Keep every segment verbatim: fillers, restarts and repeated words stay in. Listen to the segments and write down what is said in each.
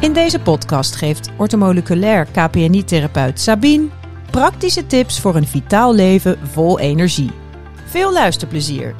In deze podcast geeft orthomoleculair K P N I-therapeut Sabine praktische tips voor een vitaal leven vol energie. Veel luisterplezier!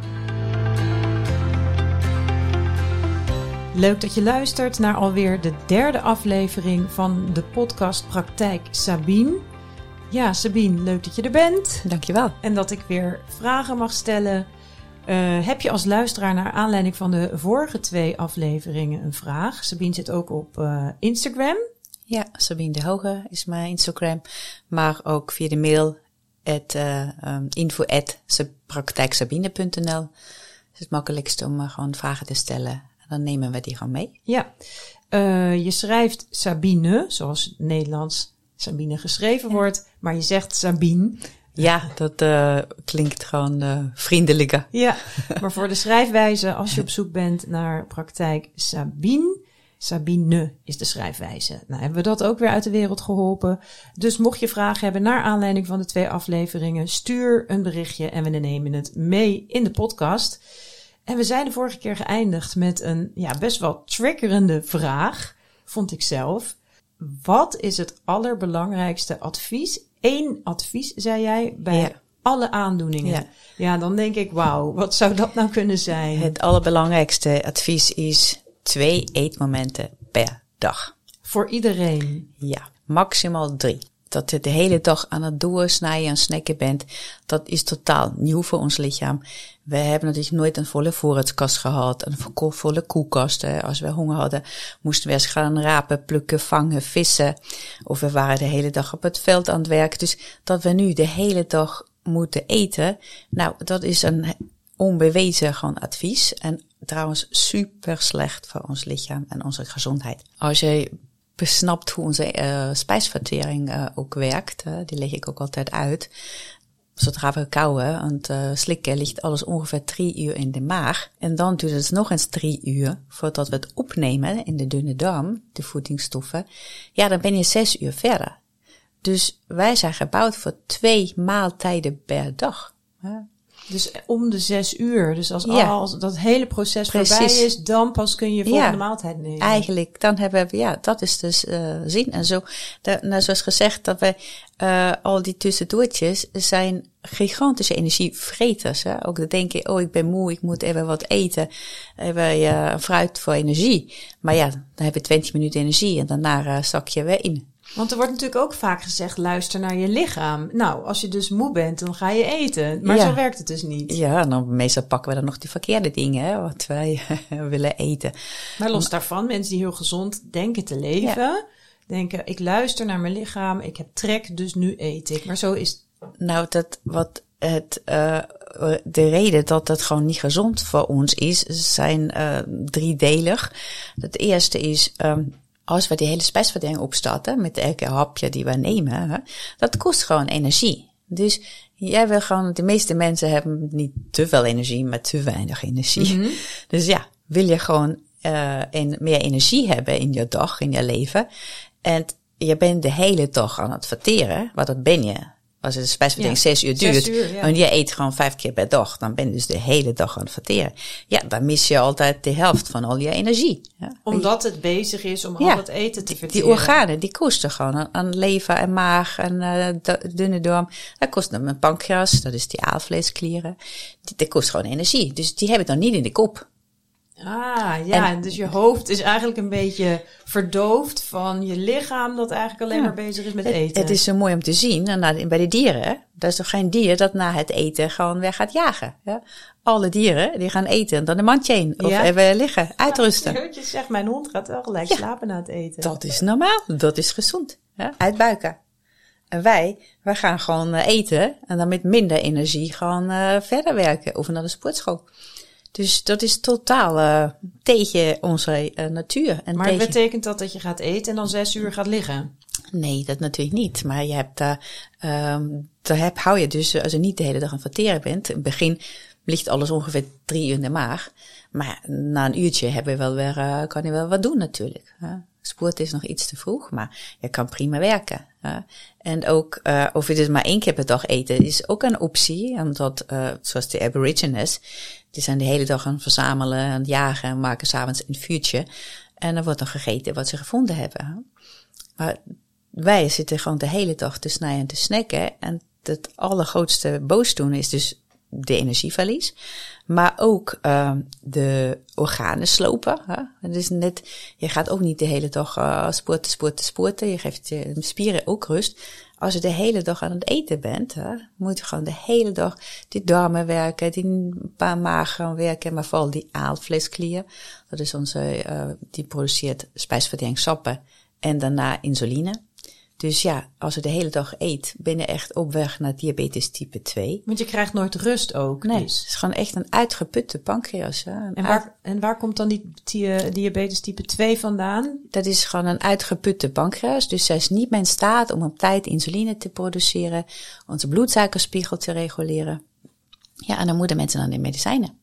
Leuk dat je luistert naar alweer de derde aflevering van de podcast Praktijk Sabine. Ja, Sabine, leuk dat je er bent. Dankjewel. En dat ik weer vragen mag stellen. Uh, heb je als luisteraar naar aanleiding van de vorige twee afleveringen een vraag? Sabine zit ook op uh, Instagram. Ja, Sabine de Hoge is mijn Instagram. Maar ook via de mail at, uh, um, info at praktijksabine punt n l. Het is het makkelijkste om uh, gewoon vragen te stellen. En dan nemen we die gewoon mee. Ja, uh, je schrijft Sabine, zoals Nederlands Sabine geschreven ja. wordt. Maar je zegt Sabine. Ja, dat uh, klinkt gewoon uh, vriendelijker. Ja, maar voor de schrijfwijze, als je op zoek bent naar praktijk Sabine, Sabine is de schrijfwijze. Nou, hebben we dat ook weer uit de wereld geholpen. Dus mocht je vragen hebben naar aanleiding van de twee afleveringen, stuur een berichtje en we nemen het mee in de podcast. En we zijn de vorige keer geëindigd met een ja, best wel triggerende vraag, vond ik zelf. Wat is het allerbelangrijkste advies? Eén advies, zei jij, bij ja. alle aandoeningen. Ja. ja, dan denk ik, wauw, wat zou dat nou kunnen zijn? Het allerbelangrijkste advies is twee eetmomenten per dag. Voor iedereen? Ja, maximaal drie. Dat je de hele dag aan het doorsnijden en snacken bent, dat is totaal nieuw voor ons lichaam. We hebben natuurlijk nooit een volle voorraadskast gehad, een volle koelkast. Als we honger hadden, moesten we eens gaan rapen, plukken, vangen, vissen. Of we waren de hele dag op het veld aan het werken. Dus dat we nu de hele dag moeten eten, nou, dat is een onbewezen gewoon advies. En trouwens super slecht voor ons lichaam en onze gezondheid. Als je besnapt hoe onze uh, spijsvertering uh, ook werkt, uh, die leg ik ook altijd uit. Zodra we kauwen en uh, slikken, ligt alles ongeveer drie uur in de maag. En dan duurt het nog eens drie uur voordat we het opnemen in de dunne darm, de voedingsstoffen. Ja, dan ben je zes uur verder. Dus wij zijn gebouwd voor twee maaltijden per dag. Ja. Dus om de zes uur. Dus als, ja. als dat hele proces Precies. voorbij is, dan pas kun je volgende ja. maaltijd nemen. Eigenlijk, dan hebben we, ja, dat is dus uh, zin. En zo, de, nou, zoals gezegd, dat wij uh, al die tussendoortjes zijn gigantische energievreters. Hè? Ook dan denk je, oh, ik ben moe, ik moet even wat eten. Dan hebben we uh, fruit voor energie. Maar ja, dan heb je twintig minuten energie en daarna uh, zak je weer in. Want er wordt natuurlijk ook vaak gezegd, luister naar je lichaam. Nou, als je dus moe bent, dan ga je eten. Maar ja. zo werkt het dus niet. Ja, dan meestal pakken we dan nog die verkeerde dingen, hè, wat wij willen eten. Maar los daarvan, mensen die heel gezond denken te leven, ja. denken, ik luister naar mijn lichaam, ik heb trek, dus nu eet ik. Maar zo is Nou, dat wat het uh, de reden dat dat gewoon niet gezond voor ons is, zijn uh, driedelig. Het eerste is, um, als we die hele spijsvertering opstarten met elke hapje die we nemen, hè, dat kost gewoon energie. Dus jij wil gewoon, de meeste mensen hebben niet te veel energie, maar te weinig energie. Mm-hmm. Dus ja, wil je gewoon uh, een, meer energie hebben in je dag, in je leven, en je bent de hele dag aan het verteren, wat dat ben je. Als het de spijsvertering ja, zes uur duurt, uur, ja. en je eet gewoon vijf keer per dag, dan ben je dus de hele dag aan het verteren. Ja, dan mis je altijd de helft van al je energie. Ja. Omdat het bezig is om ja, al het eten te verteren. Die organen, die kosten gewoon aan, aan lever en maag en uh, dunne darm. Dat kost een pancreas, dat is die aalvleesklieren. Die, dat kost gewoon energie. Dus die hebben het dan niet in de kop. Ah, ja, en, dus je hoofd is eigenlijk een beetje verdoofd van je lichaam dat eigenlijk alleen ja, maar bezig is met het, eten. Het is zo mooi om te zien, en bij de dieren, dat is toch geen dier dat na het eten gewoon weer gaat jagen. Ja? Alle dieren, die gaan eten en dan een mandje heen, of ja. even liggen, uitrusten. Ja, je zegt, mijn hond gaat wel gelijk ja, slapen na het eten. Dat is normaal, dat is gezond. Ja? Uitbuiken. En wij, wij gaan gewoon eten en dan met minder energie gewoon uh, verder werken, of naar de sportschool. Dus dat is totaal uh, tegen onze uh, natuur. En maar tegen... betekent dat dat je gaat eten en dan zes uur gaat liggen? Nee, dat natuurlijk niet. Maar je hebt, uh, um, daar heb, hou je dus, als je niet de hele dag aan het verteren bent. In het begin ligt alles ongeveer drie uur in de maag. Maar na een uurtje heb je wel weer, uh, kan je wel wat doen natuurlijk. Uh. Sport is nog iets te vroeg, maar je kan prima werken. Uh. En ook, uh, of je dus maar één keer per dag eten, is ook een optie. Omdat, uh, zoals de Aborigines, die zijn de hele dag aan het verzamelen, aan het jagen en maken 's avonds een vuurtje. En er wordt dan gegeten wat ze gevonden hebben. Maar wij zitten gewoon de hele dag te snijden en te snacken. En het allergrootste boosdoen is dus de energieverlies. Maar ook uh, de organen slopen. Hè? Het is net, je gaat ook niet de hele dag uh, sporten, sporten, sporten. Je geeft je spieren ook rust. Als je de hele dag aan het eten bent, hè, moet je gewoon de hele dag die darmen werken, die een paar maag gaan werken, maar vooral die aaltvleesklier. Dat is onze, uh, die produceert spijsverteringssappen en daarna insuline. Dus ja, als je de hele dag eet, ben je echt op weg naar diabetes type twee. Want je krijgt nooit rust ook. Nee, dus. Het is gewoon echt een uitgeputte pancreas. Hè? En, waar, uit... en waar komt dan die, die diabetes type twee vandaan? Dat is gewoon een uitgeputte pancreas. Dus zij is niet meer in staat om op tijd insuline te produceren, onze bloedsuikerspiegel te reguleren. Ja, en dan moeten mensen dan in medicijnen.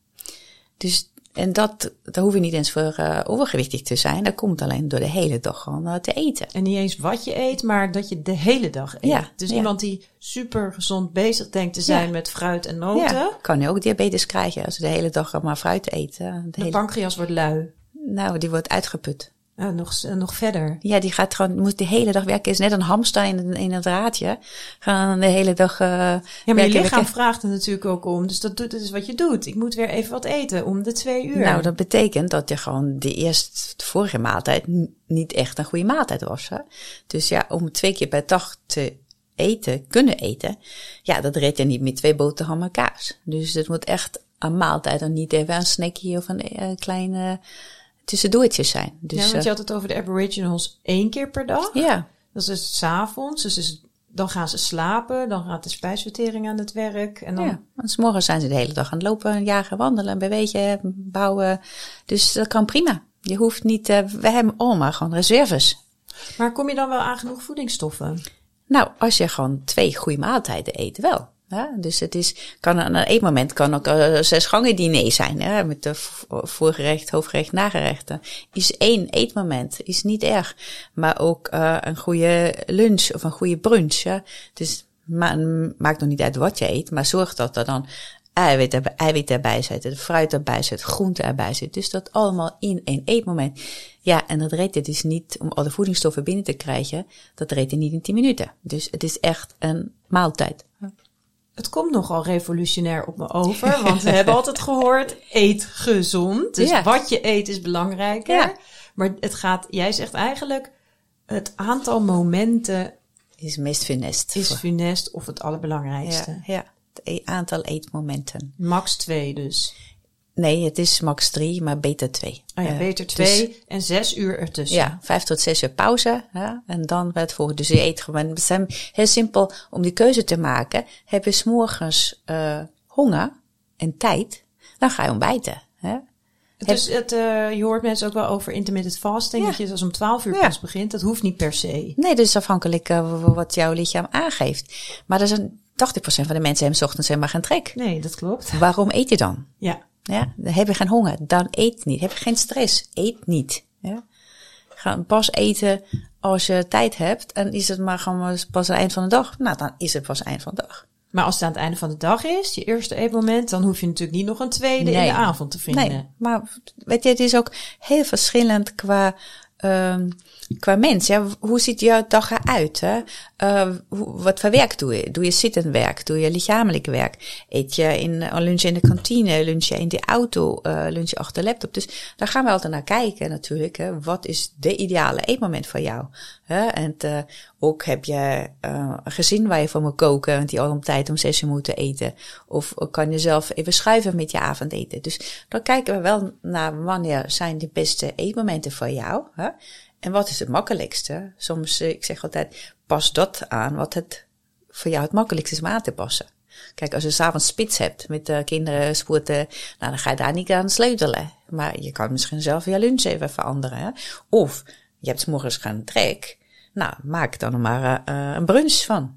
Dus En dat, daar hoef je niet eens voor uh, overgewichtig te zijn. Dat komt alleen door de hele dag gewoon uh, te eten. En niet eens wat je eet, maar dat je de hele dag eet. Ja, dus ja. iemand die super gezond bezig denkt te zijn ja. met fruit en noten. Ja, kan je ook diabetes krijgen als je de hele dag maar fruit eet. De, de hele... pancreas wordt lui. Nou, die wordt uitgeput. Uh, nog, uh, nog verder. Ja, die gaat gewoon, moet de hele dag werken. Is net een hamster in, in het raadje. Gaan de hele dag uh, Ja, maar werken, je lichaam werken. vraagt er natuurlijk ook om. Dus dat, doet, dat is wat je doet. Ik moet weer even wat eten om de twee uur. Nou, dat betekent dat je gewoon de eerste, de vorige maaltijd n- niet echt een goede maaltijd was. Hè? Dus ja, om twee keer per dag te eten, kunnen eten. Ja, dat red je niet met twee boterhammen en kaas. Dus het moet echt een maaltijd en niet even een snackje of een uh, kleine tussendoortjes zijn. Dus, ja, want je had het over de Aboriginals één keer per dag. Ja. Dat is dus 's avonds. Dus is, dan gaan ze slapen. Dan gaat de spijsvertering aan het werk. En dan... Ja, want 's morgens zijn ze de hele dag aan het lopen, jagen, wandelen, bewegen, bouwen. Dus dat kan prima. Je hoeft niet, uh, we hebben allemaal gewoon reserves. Maar kom je dan wel aan genoeg voedingsstoffen? Nou, als je gewoon twee goede maaltijden eet, wel. Ja, dus het is, kan aan een moment kan ook uh, zes gangen diner zijn, hè, met de voorgerecht, hoofdgerecht, nagerechten. Is één eetmoment, is niet erg. Maar ook uh, een goede lunch of een goede brunch. Ja. Dus ma- maakt nog niet uit wat je eet, maar zorg dat er dan eiwit, er, eiwit erbij zit, de fruit erbij zit, groente erbij zit. Dus dat allemaal in één eetmoment. Ja, en dat redt het dus niet om alle voedingsstoffen binnen te krijgen. Dat redt je niet in tien minuten. Dus het is echt een maaltijd. Ja. Het komt nogal revolutionair op me over, want we hebben altijd gehoord, eet gezond. Dus ja. wat je eet is belangrijker. Ja. Maar het gaat, jij zegt eigenlijk, het aantal momenten is meest funest. Is funest of het allerbelangrijkste. Ja, ja, het aantal eetmomenten. Max twee dus. Nee, het is max drie, maar beter twee. Oh ja, beter twee dus, en zes uur ertussen. Ja, vijf tot zes uur pauze. Ja, en dan het volgende. Dus je eet gewoon. Het is heel simpel om die keuze te maken. Heb je 's morgens uh, honger en tijd, dan ga je ontbijten. Hè? Dus het, uh, je hoort mensen ook wel over intermittent fasting. Ja. Dat je dus om twaalf uur ja. pas begint. Dat hoeft niet per se. Nee, dat is afhankelijk uh, wat jouw lichaam aangeeft. Maar dat is een tachtig procent van de mensen hebben 's ochtends helemaal geen trek. Nee, dat klopt. Waarom eet je dan? Ja. Ja, dan heb je geen honger, dan eet niet. Heb je geen stress, eet niet. Ja. Ga pas eten als je tijd hebt. En is het maar gewoon pas aan het eind van de dag? Nou, dan is het pas aan het eind van de dag. Maar als het aan het einde van de dag is, je eerste eetmoment, dan hoef je natuurlijk niet nog een tweede nee. in de avond te vinden. Nee, maar weet je, het is ook heel verschillend qua... Um, qua mens, ja, hoe ziet jouw dag eruit? Hè? Uh, hoe, wat voor werk doe je? Doe je zittend werk? Doe je lichamelijk werk? Eet je in, uh, lunch in de kantine? Lunch je in de auto? Uh, lunch je achter de laptop? Dus daar gaan we altijd naar kijken natuurlijk. Hè? Wat is de ideale eetmoment voor jou? Hè? En uh, ook heb je uh, een gezin waar je voor moet koken, want die al om tijd om zes uur moeten eten. Of kan je zelf even schuiven met je avondeten. Dus dan kijken we wel naar wanneer zijn de beste eetmomenten voor jou. Hè? En wat is het makkelijkste? Soms, ik zeg altijd, pas dat aan wat het voor jou het makkelijkste is om aan te passen. Kijk, als je 's avonds spits hebt met de kinderen sporten, nou, dan ga je daar niet aan sleutelen. Maar je kan misschien zelf je lunch even veranderen. Hè? Of je hebt 's morgens geen trek. Nou, maak dan maar uh, een brunch van.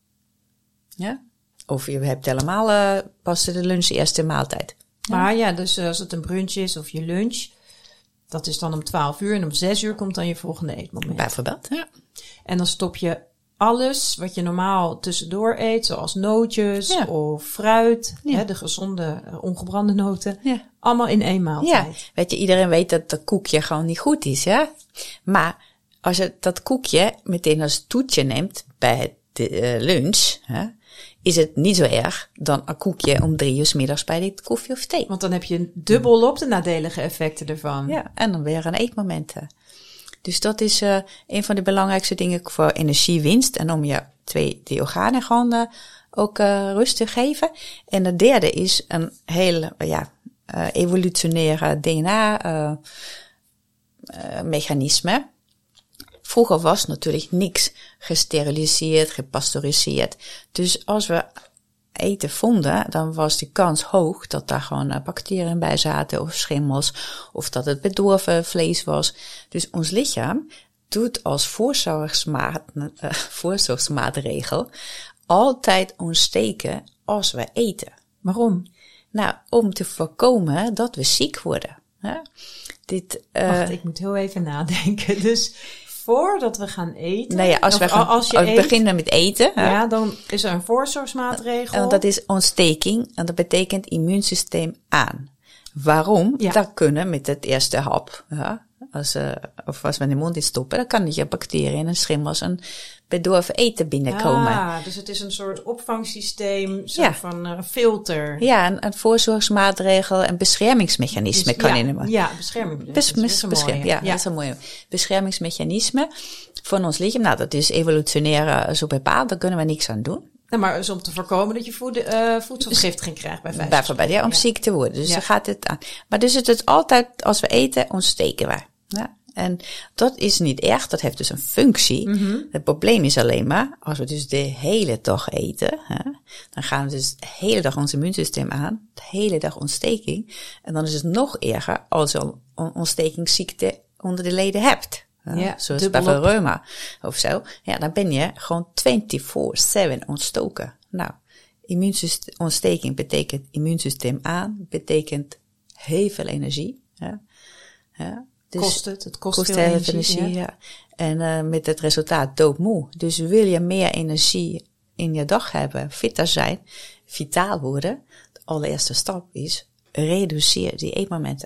Ja? Of je hebt helemaal uh, pas de lunch de eerste maaltijd. Ja? Maar ja, dus als het een brunch is of je lunch, dat is dan om twaalf uur en om zes uur komt dan je volgende eetmoment. Bijvoorbeeld, ja. En dan stop je alles wat je normaal tussendoor eet, zoals nootjes Ja. of fruit, Ja. hè, de gezonde uh, ongebrande noten, Ja. allemaal in één Ja, maaltijd. weet je, iedereen weet dat dat koekje gewoon niet goed is, ja. Maar als je dat koekje meteen als toetje neemt bij de uh, lunch, hè, is het niet zo erg dan een koekje om drie uur 's middags bij dit koffie of thee. Want dan heb je dubbel op de nadelige effecten ervan. Ja, en dan weer een eetmomenten. Dus dat is uh, een van de belangrijkste dingen voor energiewinst en om je twee die organen gewoon uh, ook uh, rust te geven. En de derde is een heel uh, ja, uh, evolutionaire D N A-mechanisme. Uh, uh, Vroeger was natuurlijk niks gesteriliseerd, gepasteuriseerd. Dus als we eten vonden, dan was de kans hoog dat daar gewoon uh, bacteriën bij zaten of schimmels, of dat het bedorven vlees was. Dus ons lichaam doet als voorzorgsmaat, uh, voorzorgsmaatregel altijd ontsteken als we eten. Waarom? Nou, om te voorkomen dat we ziek worden. Hè? Dit, uh, Wacht, ik moet heel even nadenken. Dus voordat we gaan eten, nou ja, als we gaan, als je als we eet, beginnen met eten, hè? ja, dan is er een voorzorgsmaatregel. En dat is ontsteking en dat betekent immuunsysteem aan. Waarom? Ja. Dat kunnen met het eerste hap, ja, als, uh, of als we in de mond iets stoppen, dan kan je bacteriën en schimmels en bedorven eten binnenkomen. Ah, dus het is een soort opvangsysteem, zo Ja. van een uh, filter. Ja, een, een voorzorgsmaatregel, een beschermingsmechanisme Dus, kan ja, je noemen. Ja, bescherming. Bes, dat is bes, een bescherm, mooie. ja, dat is een mooie beschermingsmechanisme van ons lichaam. Nou, dat is evolutionair zo bepaald, daar kunnen we niks aan doen. Nou, maar dus om te voorkomen dat je voed, uh, voedselvergiftiging krijgt bij vijf. Bijvoorbeeld, ja, om ja. ziek te worden. Dus Ja. dan gaat het aan. Maar dus het is altijd, als we eten, ontsteken wij. Ja. En dat is niet erg, dat heeft dus een functie. Mm-hmm. Het probleem is alleen maar, als we dus de hele dag eten, hè, dan gaan we dus de hele dag ons immuunsysteem aan, de hele dag ontsteking. En dan is het nog erger als je een ontstekingsziekte onder de leden hebt. Ja, Ja, zoals dubbelop. bij reuma of zo. Ja, dan ben je gewoon vierentwintig zeven ontstoken. Nou, immuunsysteemontsteking betekent immuunsysteem aan, betekent heel veel energie. Ja. Ja. Dus Kost het, het kost, kost veel heel energie. veel energie, ja. ja. En uh, met het resultaat doodmoe. Dus wil je meer energie in je dag hebben, fitter zijn, vitaal worden, de allereerste stap is, reduceer die eetmomenten.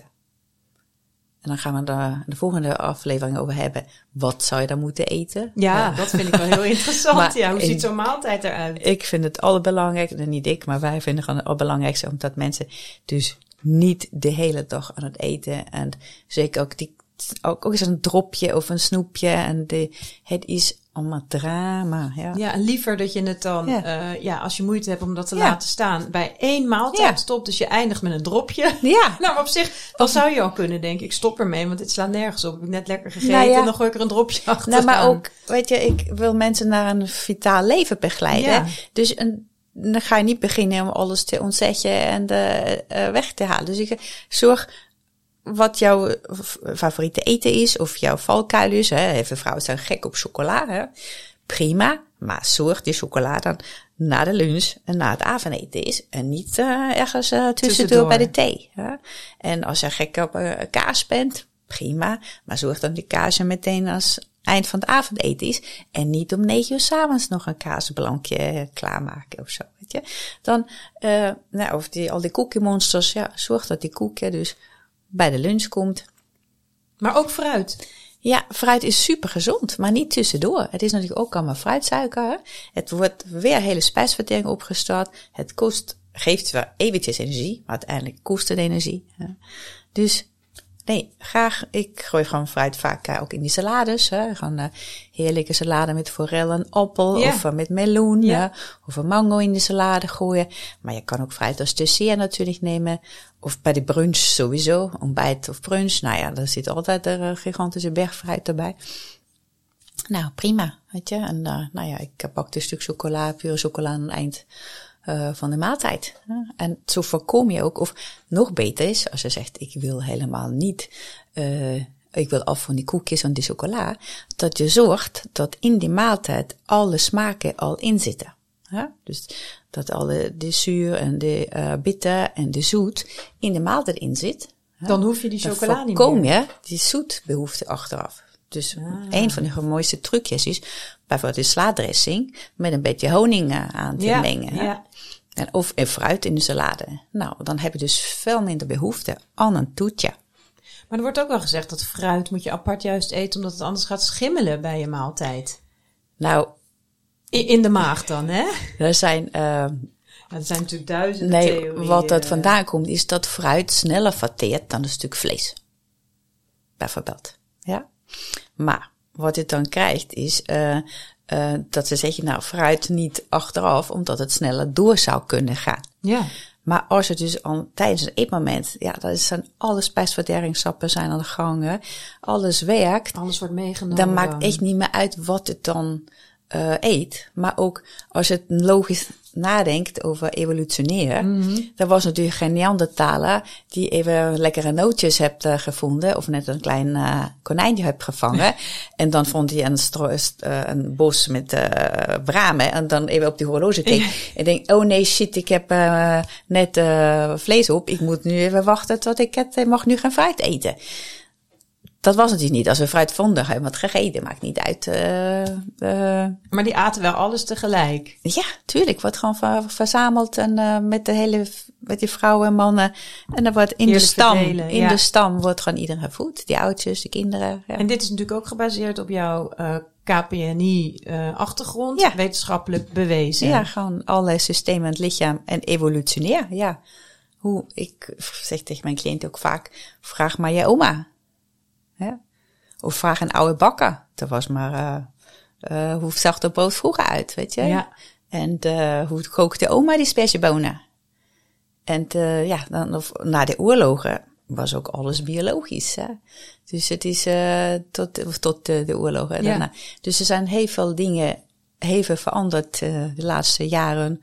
En dan gaan we daar de volgende aflevering over hebben. Wat zou je dan moeten eten? Ja, Ja. dat vind ik wel heel interessant. Maar Ja, hoe in- ziet zo'n maaltijd eruit? Ik vind het allerbelangrijkste, niet ik, maar wij vinden het allerbelangrijkste, omdat mensen dus niet de hele dag aan het eten en zeker ook die, ook, ook eens een dropje of een snoepje en de, het is allemaal drama, ja. Ja, en liever dat je het dan, Ja. ja, uh, ja als je moeite hebt om dat te Ja. laten staan, bij één maaltijd Ja. stopt. Dus je eindigt met een dropje. Ja. Nou, maar op zich, dan zou je al kunnen denken, ik stop ermee, want dit slaat nergens op. Heb ik net lekker gegeten Nou ja. en dan gooi ik er een dropje achter. Nou, maar ook, weet je, ik wil mensen naar een vitaal leven begeleiden. Ja. Dus een, dan ga je niet beginnen om alles te ontzetten en de, uh, weg te halen. Dus ik zorg wat jouw favoriete eten is of jouw valkuil is. Hè. Heel veel vrouwen zijn gek op chocola. Hè. Prima, maar zorg die chocola dan na de lunch en na het avondeten is. En niet uh, ergens uh, tussendoor, Tussendoor. bij de thee. Hè. En als je gek op uh, kaas bent, prima. Maar zorg dan die kaas er meteen als eind van het avondeten is. En niet om negen uur 's avonds nog een kaasblankje klaarmaken of zo. Weet je. Dan, uh, nou, of die, al die koekiemonsters, ja, zorg dat die koekje dus bij de lunch komt. Maar ook fruit. Ja, fruit is super gezond, maar niet tussendoor. Het is natuurlijk ook allemaal fruitsuiker. Hè? Het wordt weer hele spijsvertering opgestart. Het kost, geeft wel eventjes energie, maar uiteindelijk kost het energie. Hè? Dus nee, graag, ik gooi gewoon fruit vaak uh, ook in die salades. Hè? Gewoon uh, heerlijke salade met forel en appel, Ja. of uh, met meloen, Ja. ja. Of een mango in de salade gooien. Maar je kan ook fruit als dessert natuurlijk nemen. Of bij de brunch sowieso, ontbijt of brunch. Nou ja, daar zit altijd een uh, gigantische berg fruit erbij. Nou, prima, weet je. En uh, nou ja, ik pak een stuk chocola, pure chocola aan het eind uh, van de maaltijd. Ja. En zo voorkom je ook, of nog beter is, als je zegt, ik wil helemaal niet, uh, ik wil af van die koekjes en die chocola, dat je zorgt dat in die maaltijd alle smaken al in zitten. Ja? Dus dat alle de zuur en de uh, bitter en de zoet in de maaltijd in zit. Ja? Dan hoef je die chocola Dan niet voorkom meer. je die zoetbehoefte achteraf. Dus Ah. een van de mooiste trucjes is bijvoorbeeld een slaadressing met een beetje honing uh, aan te ja, mengen. Hè? Ja. En, of en fruit in de salade. Nou, dan heb je dus veel minder behoefte aan een toetje. Maar er wordt ook wel gezegd dat fruit moet je apart juist eten, omdat het anders gaat schimmelen bij je maaltijd. Nou, In, in de maag dan, hè? er zijn... Uh, Ja, er zijn natuurlijk duizenden nee, theorieën. wat dat vandaan komt, is dat fruit sneller verteert dan een stuk vlees. Bijvoorbeeld. Ja. Maar wat het dan krijgt is uh, uh, dat ze zeggen, nou, fruit niet achteraf, omdat het sneller door zou kunnen gaan. Ja. Maar als het dus al tijdens een eetmoment, ja, dat zijn alle spijsverteringssappen zijn aan de gang, hè, alles werkt. Alles wordt meegenomen. Dan maakt echt niet meer uit wat het dan uh, eet. Maar ook als je het logisch nadenkt over evolutionair. Mm-hmm. Er was natuurlijk geen Neandertaler die even lekkere nootjes hebt uh, gevonden. Of net een klein uh, konijntje hebt gevangen. En dan vond hij een, stro- uh, een bos met uh, bramen. En dan even op die horloge keek. Ja. En denk, oh nee, shit, ik heb uh, net uh, vlees op. Ik moet nu even wachten tot ik het, ik mag nu geen fruit eten. Dat was het dus niet. Als we fruit vonden, hebben we het gegeten. Maakt niet uit. Uh, uh, maar die aten wel alles tegelijk. Ja, tuurlijk. Wordt gewoon ver, verzameld en uh, met de hele, met die vrouwen en mannen. En dan wordt in Heerlijk de stam, verdelen, in ja. de stam wordt gewoon iedereen gevoed. Die oudjes, de kinderen. Ja. En dit is natuurlijk ook gebaseerd op jouw uh, K P N I-achtergrond. Uh, ja. Wetenschappelijk bewezen. Ja, gewoon alle systemen in het lichaam en evolutionair. Ja. Hoe, ik zeg tegen mijn cliënt ook vaak, vraag maar je oma. Ja. Of vraag een oude bakker. Dat was maar, uh, uh, hoe zag de brood vroeger uit, weet je? Ja. En uh, hoe kookte oma die sperziebonen? En uh, ja, dan, of, na de oorlogen was ook alles biologisch. Hè? Dus het is uh, tot, of tot de, de oorlogen. Ja. Daarna. Dus er zijn heel veel dingen heel veel veranderd uh, de laatste jaren.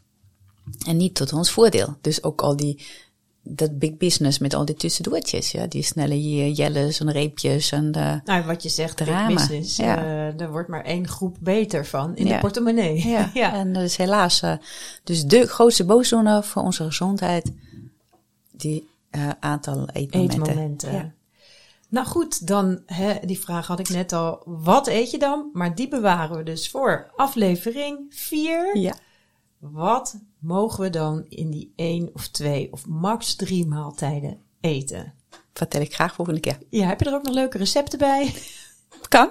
En niet tot ons voordeel. Dus ook al die... dat big business met al die tussendoortjes, ja, die snelle jelles en reepjes en de nou, wat je zegt, drama. Big business, ja. uh, er wordt maar één groep beter van in ja. de portemonnee. Ja, ja. En dat is helaas uh, dus de grootste boosdoener voor onze gezondheid, die uh, aantal eetmomenten. eetmomenten. Ja. Nou goed, dan, hè, die vraag had ik net al, wat eet je dan? Maar die bewaren we dus voor aflevering vier. Ja. Wat mogen we dan in die één of twee of max drie maaltijden eten? Vertel ik graag volgende keer. Ja, heb je er ook nog leuke recepten bij? Kan.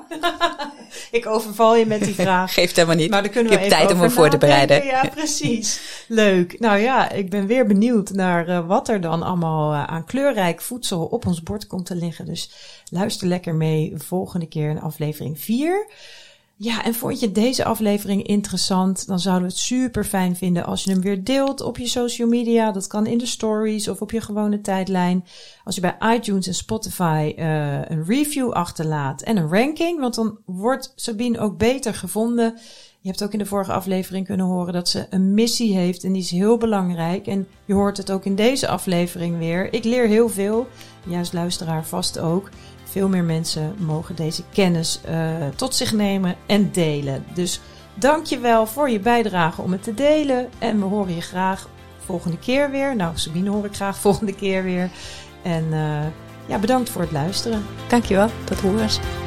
Ik overval je met die vraag. Geeft helemaal niet. Maar dan kunnen ik we heb even tijd om me voor te bereiden. Ja, precies. Leuk. Nou ja, ik ben weer benieuwd naar uh, wat er dan allemaal uh, aan kleurrijk voedsel op ons bord komt te liggen. Dus luister lekker mee volgende keer in aflevering vier. Ja, en vond je deze aflevering interessant, dan zouden we het super fijn vinden als je hem weer deelt op je social media. Dat kan in de stories of op je gewone tijdlijn. Als je bij iTunes en Spotify uh, een review achterlaat en een ranking, want dan wordt Sabine ook beter gevonden. Je hebt ook in de vorige aflevering kunnen horen dat ze een missie heeft en die is heel belangrijk. En je hoort het ook in deze aflevering weer. Ik leer heel veel, juist luisteraar vast ook. Veel meer mensen mogen deze kennis uh, tot zich nemen en delen. Dus dank je wel voor je bijdrage om het te delen. En we horen je graag volgende keer weer. Nou, Sabine hoor ik graag volgende keer weer. En uh, ja, bedankt voor het luisteren. Dankjewel, tot horens.